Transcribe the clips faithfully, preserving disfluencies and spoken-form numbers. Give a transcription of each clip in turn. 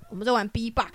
我们在玩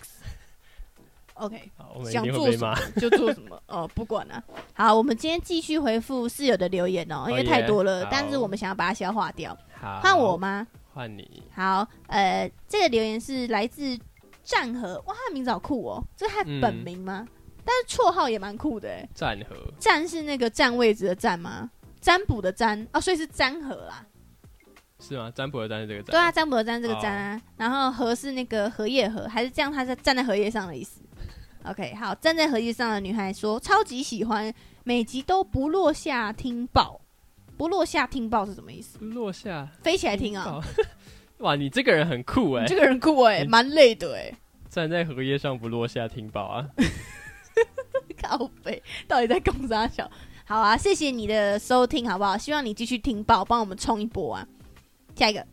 B-box。OK， 想做什么就做什么哦，不管了、啊。好，我们今天继续回复室友的留言哦，因为太多了， oh yeah, 但是我们想要把它消化掉。 好， 换我吗？ 换你。 好，呃，这个留言是来自战河，哇，他的名字好酷哦，这是他本名吗？嗯、但是绰号也蛮酷的哎。 战河， 战是那个占位置的占吗？占卜的占哦，所以是占河啦。 是吗？占卜的占是这个占？ 对啊，占卜的占这个占啊， oh. 然后河是那个荷叶河，还是这样？它是站在荷叶上的意思。OK， 好，站在荷叶上的女孩说，超级喜欢，每集都不落下听报。不落下听报是什么意思？ 不落下， 飞起来听啊！ 哇，你这个人很酷哎、欸， 你这个人酷哎、欸，蛮累的哎、欸。 站在荷叶上不落下听报啊！ 靠北，到底在攻啥小？好啊，谢谢你的收听，好不好？希望你继续听报，帮我们冲一波啊！下一个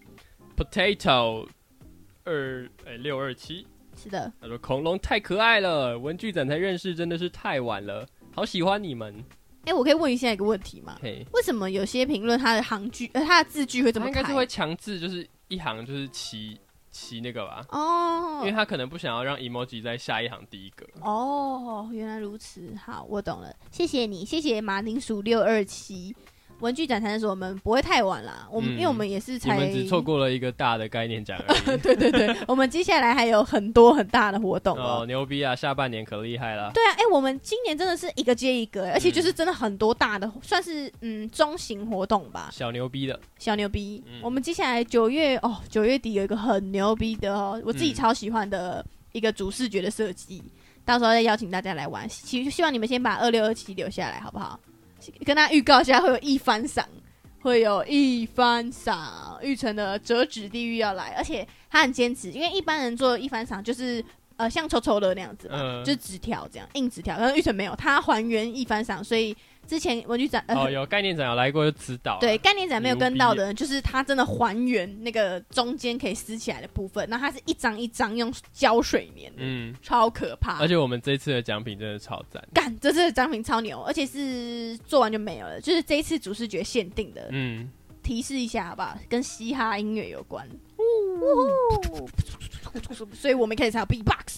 ，Potato 二哎六二七。 是的， 他说恐龙太可爱了，文具展才认识真的是太晚了，好喜欢你们。 哎、欸，我可以问一下一个问题吗？为什么有些评论它的行距、呃，它的字距会这么开？ 它应该是会强制就是一行就是齐齐那个吧？ 哦， 因为他可能不想要让 emoji 在下一行第一个。 哦，原来如此，好，我懂了，谢谢你，谢谢马铃薯六二七。文具展才说我们不会太晚啦，我们、嗯、因为我们也是才， 你们只错过了一个大的概念奖而已。 对对对，我们接下来还有很多很大的活动哦, 哦，牛逼啊！下半年可厉害了。 对啊，哎、欸，我们今年真的是一个接一个，而且就是真的很多大的，算是嗯中型活动吧。 小牛逼的， 小牛逼。嗯、我们接下来九月哦，九月底有一个很牛逼的哦，我自己超喜欢的一个主视觉的设计，嗯、到时候再邀请大家来玩。其实希望你们先把二六二七留下来，好不好？跟大家预告一下，会有一番赏。会有一番赏，玉成的折纸地狱要来，而且他很坚持，因为一般人做一番赏就是呃像抽抽乐那样子嘛，嗯、就是纸条这样印纸条，但是玉成没有，他还原一番赏，所以之前文具展、呃、 哦有概念展有来过就知道， 对概念展没有跟到的人，就是他真的还原那个中间可以撕起来的部分，那它是一张一张用胶水粘的，嗯，超可怕。 而且我们这次的奖品真的超赞， 干这次的奖品超牛，而且是做完就没有了，就是这一次主视觉限定的，嗯，提示一下好不好？跟嘻哈音乐有关，哦、所以我们开始才有 B-box。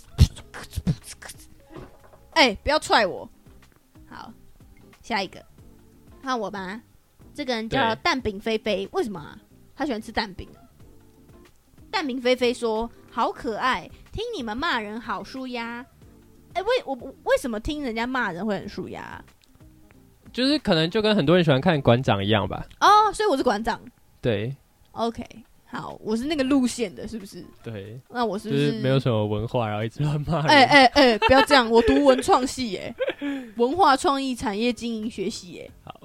哎、欸，不要踹我！好，下一个，换我吧。这个人叫蛋饼菲菲，为什么啊？他喜欢吃蛋饼。蛋饼菲菲说：“好可爱，听你们骂人好舒压。”哎，为我为什么听人家骂人会很舒压？ 就是可能就跟很多人喜欢看馆长一样吧。 哦，所以我是馆长。 对。 OK。好，我是那个路线的，是不是？ 对， 那我是不是、 就是没有什么文化，然后一直乱骂人？ 哎哎哎，不要这样！我读文创系耶，文化创意产业经营学系耶。 好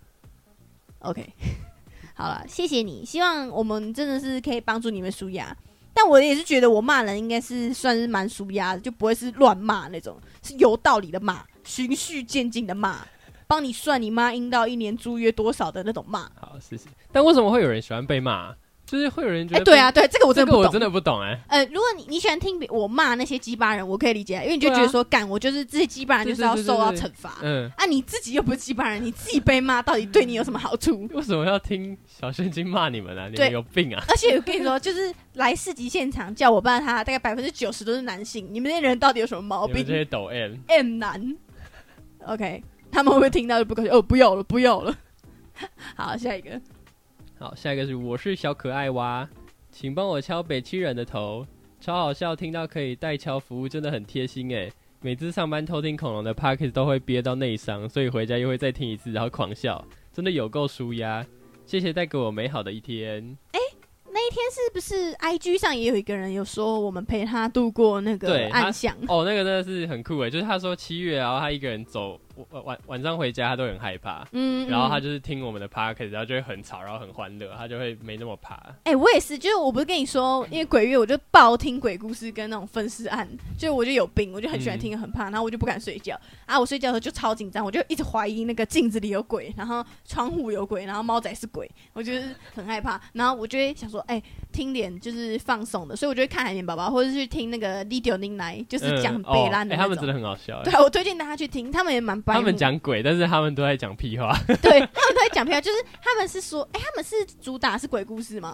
，OK， 好了，谢谢你。希望我们真的是可以帮助你们舒压，但我也是觉得我骂人应该是算是蛮舒压的，就不会是乱骂那种，是有道理的骂，循序渐进的骂。帮你算你妈阴道一年租约多少的那种骂。 好，谢谢。但为什么会有人喜欢被骂、啊？就是会有人觉得、 欸，对啊，对，这个我真的不懂， 这个我真的不懂哎、欸。 呃，如果你你喜欢听我骂那些鸡巴人，我可以理解，因为你就觉得说，干、啊，我就是这些鸡巴人就是要受到惩罚。嗯，啊，你自己又不是鸡巴人，你自己被骂，到底对你有什么好处？ 为什么要听小圣经骂你们啊？你们有病啊！ 而且我跟你说，就是来市集现场叫我爸他，大概百分之九十都是男性，你们这些人到底有什么毛病？ 你们这些抖 M M 男 ，OK， 他们会不会听到就不高兴？哦，不要了，不要了。好，下一个。 好，下一个是我是小可爱蛙。请帮我敲北七人的头，超好笑！听到可以代敲服务，真的很贴心哎。每次上班偷听恐龙的 podcast 都会憋到内伤，所以回家又会再听一次，然后狂笑，真的有够舒压。谢谢带给我美好的一天。哎、欸， 那一天是不是 I G 上也有一个人有说我们陪他度过那个暗巷？ 哦，那个真的是很酷哎，就是他说七月，然后他一个人走。晚晚上回家他都很害怕，嗯，然后他就是听我们的 podcast， 然后就会很吵，然后很欢乐，他就会没那么怕。 哎、欸，我也是，就是我不是跟你说，因为鬼月我就爆听鬼故事跟那种分尸案，就我就有病，我就很喜欢听，很怕，然后我就不敢睡觉啊。我睡觉的时候就超紧张，我就一直怀疑那个镜子里有鬼，然后窗户有鬼，然后猫仔是鬼，我就是很害怕。然后我就会想说，哎、欸，听点就是放松的，所以我就会看海绵宝宝，或者是去听那个 Lidio Ning 来，就是讲北兰的那种、 嗯哦欸。他们真的很好笑。 对啊，我推荐大家去听，他们也蛮。 他们讲鬼，但是他们都在讲屁话。 对，他们都在讲屁话，就是他们是说，哎、欸，他们是主打是鬼故事吗？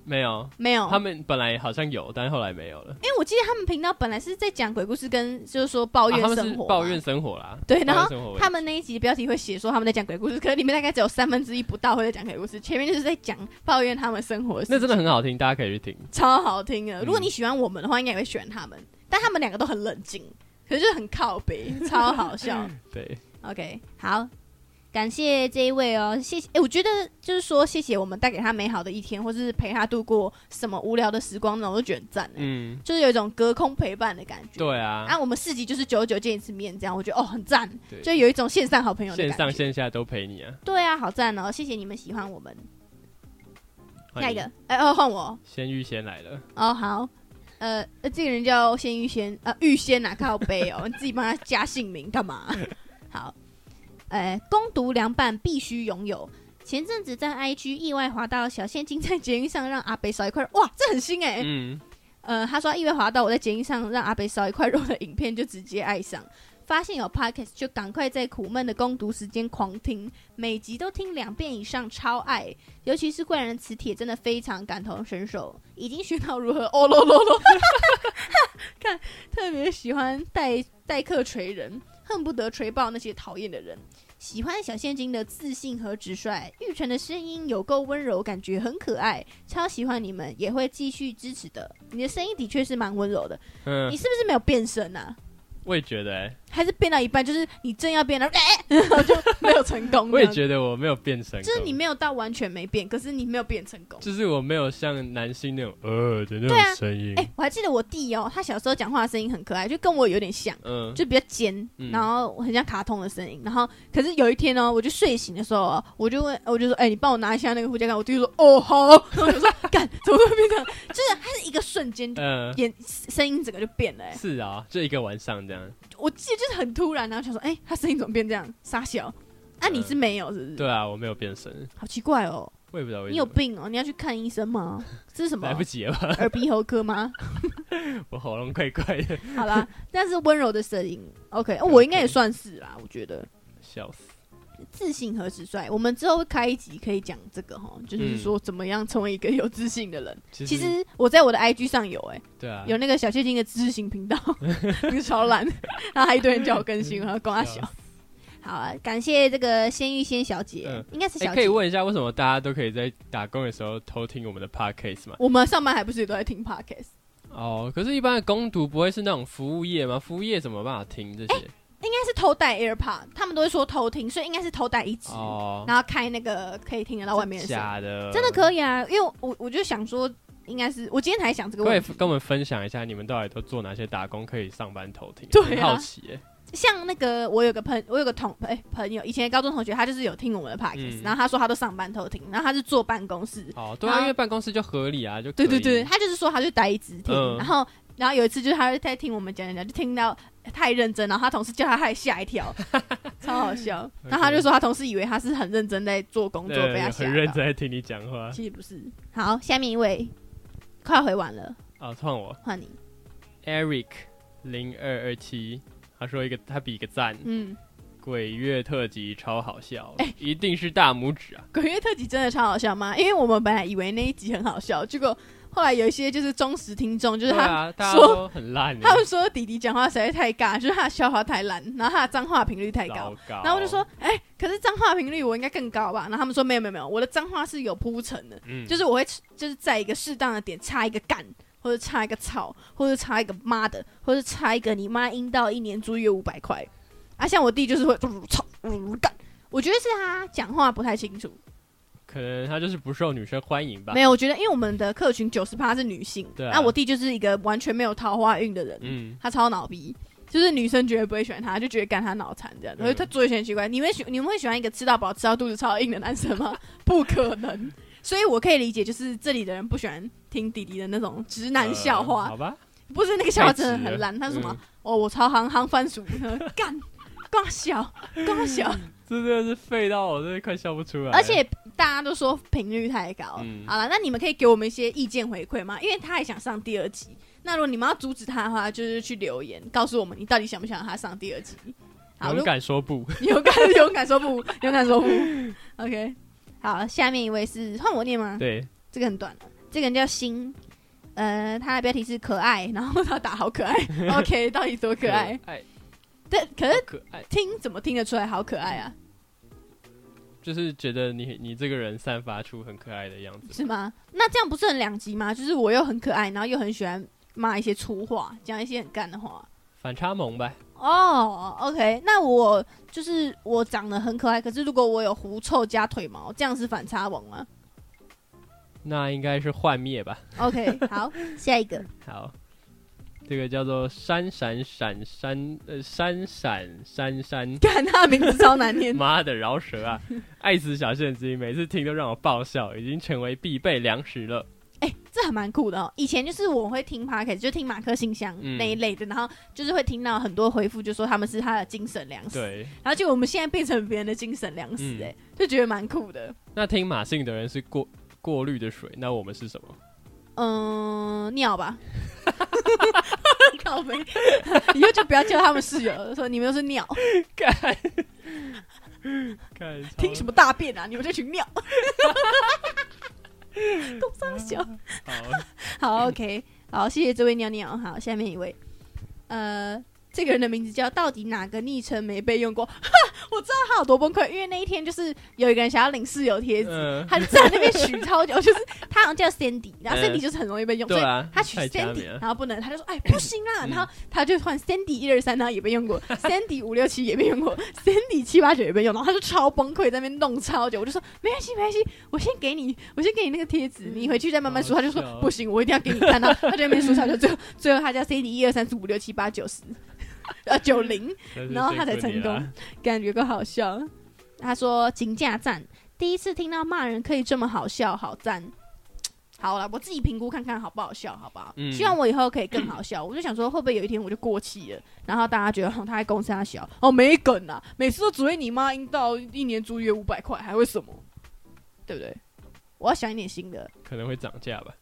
没有没有， 他们本来好像有，但是后来没有了。 因为我记得他们频道本来是在讲鬼故事，跟就是说抱怨生活、啊， 啊、他们是抱怨生活啦。 对，然后他们那一集标题会写说他们在讲鬼故事，可是里面大概只有三分之一不到会在讲鬼故事，前面就是在讲抱怨他们生活的事情。 那真的很好听，大家可以去听， 超好听的。如果你喜欢我们的话，应该也会喜欢他们，但他们两个都很冷静，可是就很靠北，超好笑。 对 ，OK， 好。感谢这一位哦，谢谢。哎、欸，我觉得就是说，谢谢我们带给他美好的一天，或是陪他度过什么无聊的时光，那种我都觉得很赞。嗯，就是有一种隔空陪伴的感觉。 对啊， 啊，我们四集就是久久见一次面，这样我觉得哦很赞，就有一种线上好朋友的感觉。 线上线下都陪你啊。 对啊，好赞哦！谢谢你们喜欢我们。下一个，哎、欸、哦，换我。 先预先来了。 哦，好。呃，这个人叫先预先啊，预先啊，靠背哦，你自己帮他加姓名干嘛？好。呃，攻读凉拌必须拥有。前阵子在 I G 意外滑到小现金在捷运上让阿北烧一块肉，哇，这很新哎、欸。嗯。呃，他说意外滑到我在捷运上让阿北烧一块肉的影片，就直接爱上。发现有 podcast 就赶快在苦闷的攻读时间狂听，每集都听两遍以上，超爱。尤其是贵人磁铁真的非常感同身受，已经学到如何哦咯咯咯，看特别喜欢代代课锤人。恨不得锤爆那些讨厌的人。喜欢小现金的自信和直率，玉成的声音有够温柔，感觉很可爱，超喜欢你们，也会继续支持的。你的声音的确是蛮温柔的，嗯，你是不是没有变声啊？ 我也觉得、欸， 还是变到一半，就是你正要变了，然后就没有成功。 我也觉得我没有变成功， 就是你没有到完全没变，可是你没有变成功。 就是我没有像男性那种呃的那种声音。 哎、啊欸，我还记得我弟哦，他小时候讲话的声音很可爱，就跟我有点像，嗯，就比较尖，嗯、然后很像卡通的声音。然后，可是有一天呢，我就睡醒的时候、啊，我就问，我就说，哎、欸，你帮我拿一下那个护肩杆。我弟就说，哦，好。然后我就说，干，怎么会变这样？就是它是一个瞬间，嗯，眼声音整个就变了、欸。 是啊，就一个晚上这样。 我记得就是很突然，然后想说，哎、欸，他声音怎么变这样？傻小，啊，你是没有是不是？ 对啊，我没有变声， 好奇怪哦。 我也不知道为什么。 你有病哦！你要去看医生吗？这是什么？ 来不及了吧？ 耳鼻喉科吗？ 我喉咙怪怪的。 好啦，但是温柔的声音 ，OK，, 哦我应该也算是啦，我觉得。 笑死。 自信和直率，我们之后会开一集可以讲这个哈，就是说怎么样成为一个有自信的人。嗯、其实我在我的 I G 上有哎、欸， 对啊， 有那个小谢金的知性频道，那个超烂，然后还一堆人叫我更新，然后跟他小。好啊，感谢这个仙玉仙小姐，嗯、应该是小姐、欸。 可以问一下，为什么大家都可以在打工的时候偷听我们的 podcast 吗？ 我们上班还不是都在听 podcast？ 哦，可是，一般的工读不会是那种服务业吗？服务业怎么办法听这些？欸应该是偷带 AirPod， 他们都会说偷听，所以应该是偷带一支，哦、然后开那个可以听得到外面的声音。 假的， 真的可以啊！因为我我就想说，应该是我今天才想这个问题。 可以跟我们分享一下，你们到底都做哪些打工可以上班偷听？ 对、啊， 很好奇耶、欸。 像那个我有个朋，我有个同哎、欸、朋友，以前的高中同学，他就是有听我们的 podcast，、嗯、然后他说他都上班偷听，然后他是坐办公室。 哦，对啊，因为办公室就合理啊，就对对对，他就是说他就带一支听，嗯、然后然后有一次就是他在听我们讲讲讲，就听到太认真，然后他同事叫他，他还吓一跳，超好笑。然后他就说他同事以为他是很认真在做工作，被他吓到。 很认真在听你讲话， 其实不是。好，下面一位快回完了。 哦，换我， 换你。 Eric 零二二七。他说一个，他比一个赞。嗯，鬼月特辑超好笑，欸、一定是大拇指啊！ 鬼月特辑真的超好笑吗？因为我们本来以为那一集很好笑，结果后来有一些就是忠实听众，就是他说、 啊、大家都很烂， 他们说弟弟讲话实在太尬，就是他的笑话太烂，然后他的脏话频率太高。高然后我就说，哎、欸，可是脏话频率我应该更高吧？然后他们说没有没有没有，我的脏话是有铺陈的，嗯、就是我会就是在一个适当的点插一个干。或者插一个草，或者插一个妈的，或者插一个你妈阴道一年租约五百块啊！像我弟就是会操干，我觉得是他讲话不太清楚， 可能他就是不受女生欢迎吧。 没有，我觉得因为我们的客群九十趴是女性，对啊，啊我弟就是一个完全没有桃花运的人，嗯，他超脑逼，就是女生绝对不会喜欢他，就觉得干他脑残这样，所以他做一些很奇怪。你们喜你们会喜欢一个吃到饱、吃到肚子超硬的男生吗？不可能。所以我可以理解，就是这里的人不喜欢听弟弟的那种直男笑话，呃、 好吧？ 不是那个笑话真的很烂，他说什么？嗯、哦，我超行行番薯，干，光小，光小， 真的是废到我真的快笑不出来。 而且大家都说频率太高，嗯、好了，那你们可以给我们一些意见回馈吗？因为他还想上第二集，那如果你们要阻止他的话，就是去留言告诉我们，你到底想不想让他上第二集？ 勇敢说不， 勇敢勇敢说不，勇敢说不 ，OK。好，下面一位是换我念吗？ 对， 这个很短了。 这个人叫星，呃，他的标题是可爱，然后他打好可爱，OK， 到底多可爱？ 可爱对，可是可爱听怎么听得出来好可爱啊？ 就是觉得你你这个人散发出很可爱的样子， 是吗？那这样不是很两极吗？就是我又很可爱，然后又很喜欢骂一些粗话，讲一些很干的话。 反差萌呗。 哦、oh, ，OK， 那我就是我长得很可爱，可是如果我有狐臭加腿毛，这样是反差萌吗？ 那应该是幻灭吧。 OK， 好，下一个。 好，这个叫做闪闪闪闪呃闪闪闪闪， 看他的名字超难念。 妈的饶舌啊！爱死小陷阱，每次听都让我爆笑，已经成为必备粮食了。 哎、欸，这还蛮酷的哦。以前就是我会听 podcast， 就听马克信箱那一类的、嗯，然后就是会听到很多回复，就说他们是他的精神粮食。对。然后就我们现在变成别人的精神粮食，哎、嗯，就觉得蛮酷的。 那听马信的人是过过滤的水，那我们是什么？ 嗯、呃，尿吧。靠北，以后就不要叫他们室友了，说你们都是尿。 干，干， 听什么大便啊？你们这群尿。公三小，好，好 ，OK， 好，谢谢这位尿尿。好，下面一位，呃，这个人的名字叫到底哪个昵称没被用过？哈，我知道他有多崩溃，因为那一天就是有一个人想要领室友贴纸、呃，他就在那边取超久，就是他好像叫 Sandy， 然后 Sandy 就是很容易被用，呃、所以他取 Sandy， 然后不能，他就说哎不行啊，然后他就换 Sandy 一二三，然后也被用过，Sandy 五六七也被用过，Sandy 七八九也被用，然后他就超崩溃，在那边弄超久，我就说没关系没关系，我先给你，我先给你那个贴纸，你回去再慢慢输。他就说不行，我一定要给你看到，他就在那边输超久，最后最后他叫 Sandy 一二三四五六七八九十。呃，九零，然后他才成功，感觉够好笑。他说：“金价赞，第一次听到骂人可以这么好笑，好赞。”好了，我自己评估看看好不好笑，好不好？嗯、希望我以后可以更好笑。我就想说，会不会有一天我就过气了，然后大家觉得、哦、他在公司他小哦没梗啊，每次都只会你妈阴道一年租约五百块，还会什么？对不对？我要想一点新的， 可能会涨价吧。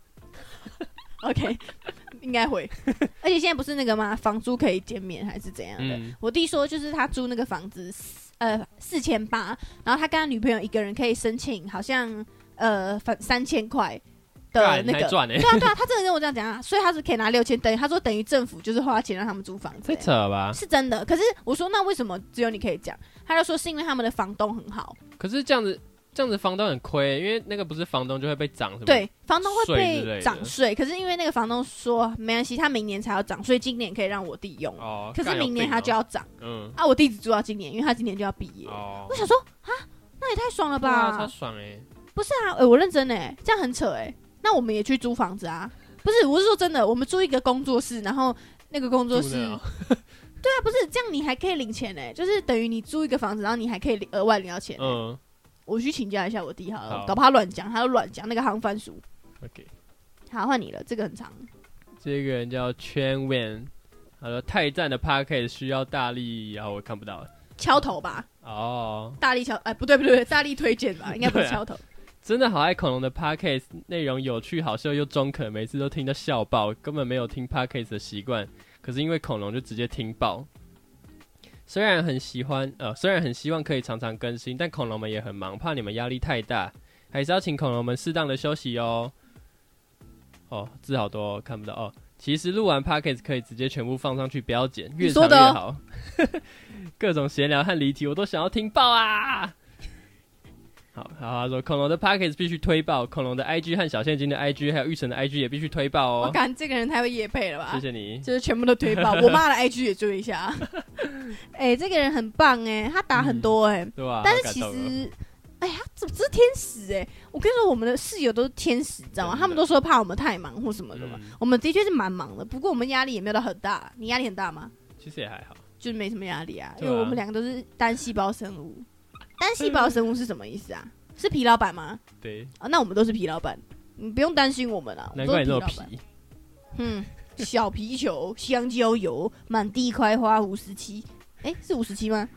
OK， 应该会，而且现在不是那个吗？房租可以减免还是怎样的？嗯、我弟说，就是他租那个房子，呃，四千八，然后他跟他女朋友一个人可以申请，好像呃，三千块的那个， 欸、 对啊对啊，他真的跟我这样讲啊，所以他是可以拿六千，等于他说等于政府就是花钱让他们租房子、欸， 太扯了吧？ 是真的。可是我说那为什么只有你可以讲？他就说是因为他们的房东很好。 可是这样子。这样子房东很亏，因为那个不是房东就会被涨什么？ 对，房东会被涨税，可是因为那个房东说没关系，他明年才要涨，所以今年可以让我弟用。哦，可是明年他就要涨。嗯，啊，我弟只租到今年，因为他今年就要毕业。哦，我想说啊，那也太爽了吧！ 啊、超爽哎、欸！ 不是啊，欸、我认真哎、欸，这样很扯哎、欸。那我们也去租房子啊？不是，我是说真的，我们租一个工作室，然后那个工作室。对啊，不是这样，你还可以领钱哎、欸，就是等于你租一个房子，然后你还可以额外领到钱、欸。嗯。我去请教一下我弟好了，好搞不好他乱讲，他都乱讲那个行番薯。 OK， 好，换你了，这个很长。 这个人叫圈 Wen， 他说太赞的 Podcast 需要大力，然后我看不到了， 敲头吧。 哦， 大力敲，哎、呃，不对不对，大力推荐吧，应该不是敲头。啊、 真的好爱恐龙的 Podcast， 内容有趣好笑又中肯，每次都听到笑爆，根本没有听 Podcast 的习惯，可是因为恐龙就直接听爆。虽然很喜欢，呃，虽然很希望可以常常更新，但恐龙们也很忙，怕你们压力太大，还是要请恐龙们适当的休息哦。哦，字好多、哦，看不到哦。其实录完 podcast 可以直接全部放上去，不要剪，越长越好。哦、各种闲聊和离题，我都想要听爆啊！好，好，他说恐龙的 podcast 必须推爆，恐龙的 I G 和小现金的 I G， 还有玉成的 I G 也必须推爆哦。 我看这个人太会业配了吧？ 谢谢你， 就是全部都推爆。我妈的 I G 也追一下。哎、欸，这个人很棒哎、欸，他打很多哎、欸嗯， 对吧？ 但是其实，哎、欸，他怎么是天使哎、欸？我跟你说，我们的室友都是天使，知道吗？他们都说怕我们太忙或什么的嘛。嗯、我们的确是蛮忙的，不过我们压力也没有到很大。你压力很大吗？ 其实也还好， 就是没什么压力啊，因为我们两个都是单细胞生物。单细胞生物是什么意思啊？是皮老板吗？ 对啊，那我们都是皮老板，你不用担心我们啊。 难怪你那么皮。 嗯，小皮球、香蕉油、满地开花、五十七，哎，是五十七吗？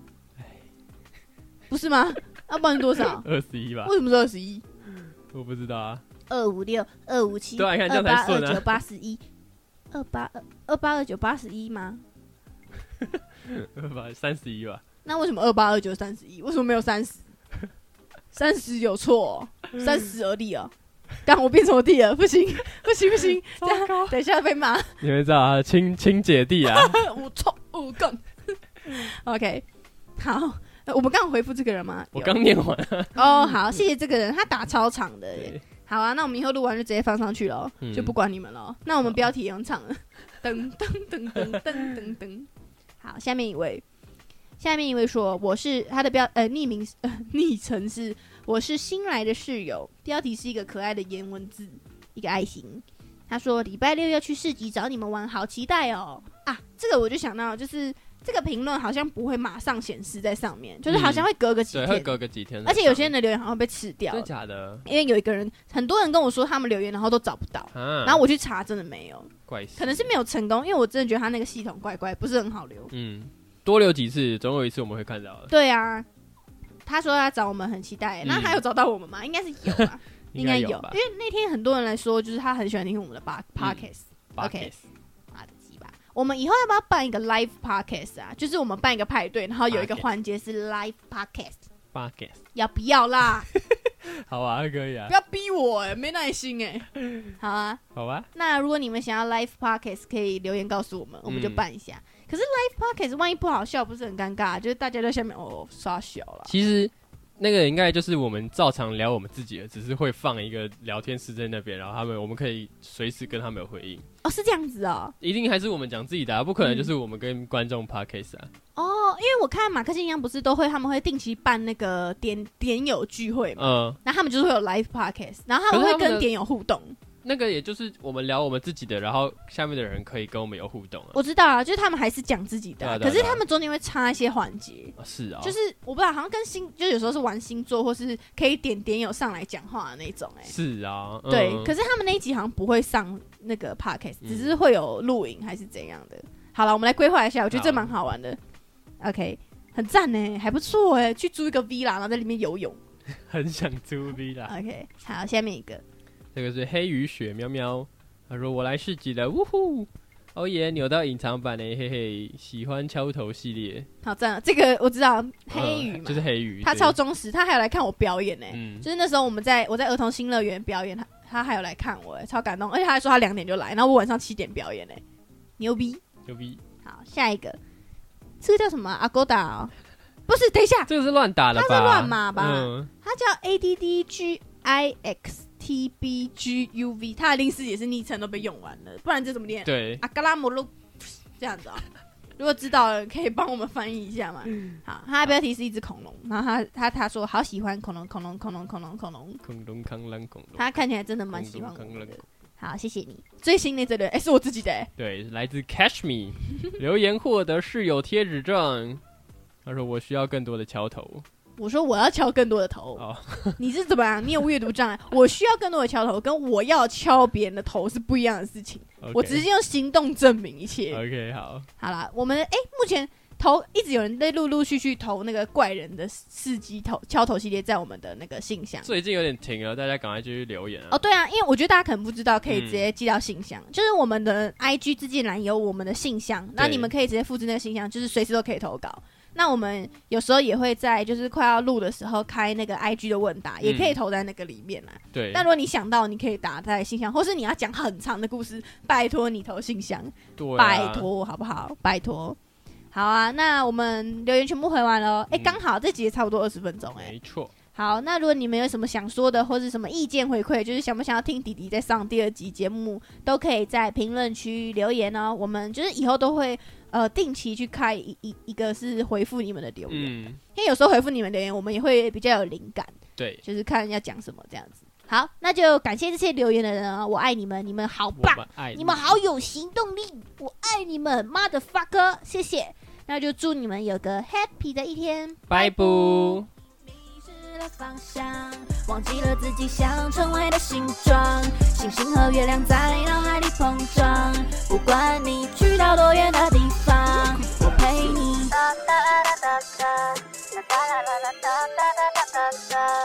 不是吗？要、啊、不然多少？ 二十一吧。 为什么是二十一？ 我不知道啊。 二五六、二五七、 对啊，你看这样才顺啊。 二八二九八十一，二八二二八二九八十一吗？ 二八三十一吧。 那为什么二八二九三十一？为什么没有三十？三十有错、哦，三十而立啊！ 刚我变成我弟了，不行不行不行，这样等一下被骂。 你们知道啊，亲亲姐弟啊， 我操，我干。OK， 好，我们刚刚回复这个人吗？ 我刚念完了。 哦，好，谢谢这个人，他打超长的耶。好啊，那我们以后录完就直接放上去了，嗯、就不管你们了。那我们标题也用唱了，噔噔噔噔噔噔噔。好，下面一位，下面一位说我是他的标呃匿名呃昵称是我是新来的室友，标题是一个可爱的颜文字，一个爱心。他说礼拜六要去市集找你们玩，好期待哦！啊，这个我就想到就是。这个评论好像不会马上显示在上面，就是好像会隔个几天， 嗯、对，会隔个几天。 而且有些人的留言好像被吃掉了， 真的假的？ 因为有一个人，很多人跟我说他们留言，然后都找不到，啊、然后我去查，真的没有， 怪死， 可能是没有成功，因为我真的觉得他那个系统怪怪，不是很好留。 嗯，多留几次，总有一次我们会看到的。 对啊，他说要找我们，很期待。那、嗯、他有找到我们吗？应该是有吧，应该有，有因为那天很多人来说，就是他很喜欢听我们的 podcast。OK。我们以后要不要办一个 live podcast 啊？就是我们办一个派对，然后有一个环节是 live podcast。podcast 要不要啦？ 好啊，可以啊。 不要逼我哎、欸，没耐心哎、欸。好啊， 好啊。 那如果你们想要 live podcast， 可以留言告诉我们，我们就办一下。嗯、可是 live podcast 万一不好笑，不是很尴尬？就是大家在下面哦刷小了。 其实。那个应该就是我们照常聊我们自己的，只是会放一个聊天室在那边，然后他们我们可以随时跟他们有回应。 哦，是这样子哦。 一定还是我们讲自己的、啊，不可能就是我们跟观众 podcast 啊。 哦，因为我看马克信箱不是都会，他们会定期办那个点点友聚会嘛，嗯，然后他们就是会有 live podcast， 然后他们会跟点友互动。 那个也就是我们聊我们自己的，然后下面的人可以跟我们有互动啊。 我知道啊，就是他们还是讲自己的、啊， 对啊对啊可是他们中间会插一些环节、 啊。是啊， 就是我不知道，好像跟星，就有时候是玩星座，或是可以点点友上来讲话的那种、欸。哎， 是啊，嗯、 对。可是他们那一集好像不会上那个 podcast，、嗯、只是会有录影还是怎样的。好了，我们来规划一下，我觉得这蛮好玩的。OK， 很赞呢，还不错哎，去租一个 villa， 然后在里面游泳。 很想租 villa。 OK， 好，下面一个。 这个是黑雨雪喵喵，他说我来市集了，呜呼！哦耶，扭到隐藏版的，嘿嘿，喜欢敲头系列， 好赞、啊！这个我知道，黑雨嘛、 嗯，就是黑雨， 他超忠实，他还有来看我表演呢、 嗯， 就是那时候我们在我在儿童新乐园表演，他他还有来看我，超感动，而且他还说他两点就来，然后我晚上七点表演呢，牛逼， 牛逼！ 好，下一个，这个叫什么、啊、Agoda 哦？不是，等一下， 这个是乱打的吧？ 他是乱码吧？ 嗯， 他叫 A D D G I X T B G U V， 他的零食也是昵称都被用完了，不然这怎么念？ 对， 阿嘎拉摩鲁这样子啊、喔。如果知道了，可以帮我们翻译一下吗？好，他的标题是一只恐龙，然后他他他说好喜欢恐龙，恐龙，恐龙，恐龙，恐龙， 恐龙，恐龙，恐龙。他看起来真的蛮喜欢我的。好，谢谢你。最新的这个，哎、欸，是我自己的、欸。 对，来自 Catch Me 留言获得室友贴纸证。他说我需要更多的敲头。 我说我要敲更多的头。 哦、 你是怎么样？你有阅读障碍？我需要更多的敲头，跟我要敲别人的头是不一样的事情。Okay. 我直接用行动证明一切。 OK， 好。 好啦，我们哎、欸，目前投一直有人在陆陆续续投那个怪人的事迹头敲头系列在我们的那个信箱。 最近有点停了，大家赶快继续留言啊。 哦，对啊，因为我觉得大家可能不知道，可以直接寄到信箱，嗯、就是我们的 I G 自荐栏有我们的信箱，那你们可以直接复制那个信箱，就是随时都可以投稿。那我们有时候也会在就是快要录的时候开那个 I G 的问答，嗯、也可以投在那个里面啦。 对。 但如果你想到，你可以打在信箱，或是你要讲很长的故事，拜托你投信箱。 对、啊。 拜托，好不好？拜托。好啊，那我们留言全部回完了。哎、嗯，刚、欸、好这集也差不多二十分钟，哎， 没错。 好，那如果你们有什么想说的，或是什么意见回馈，就是想不想要听弟弟再上第二集节目，都可以在评论区留言哦。我们就是以后都会呃定期去开一一一个是回复你们的留言，嗯，因为有时候回复你们留言，我们也会比较有灵感， 对， 就是看要讲什么这样子。好，那就感谢这些留言的人啊，我爱你们，你们好棒， 你, 你们好有行动力，我爱你们，妈的 fuck， 谢谢。那就祝你们有个 happy 的一天， 拜拜。 迷失了方向，忘记了自己想成为的形状，星星和月亮在脑海里碰撞，不管你去到多远的地方，我陪你。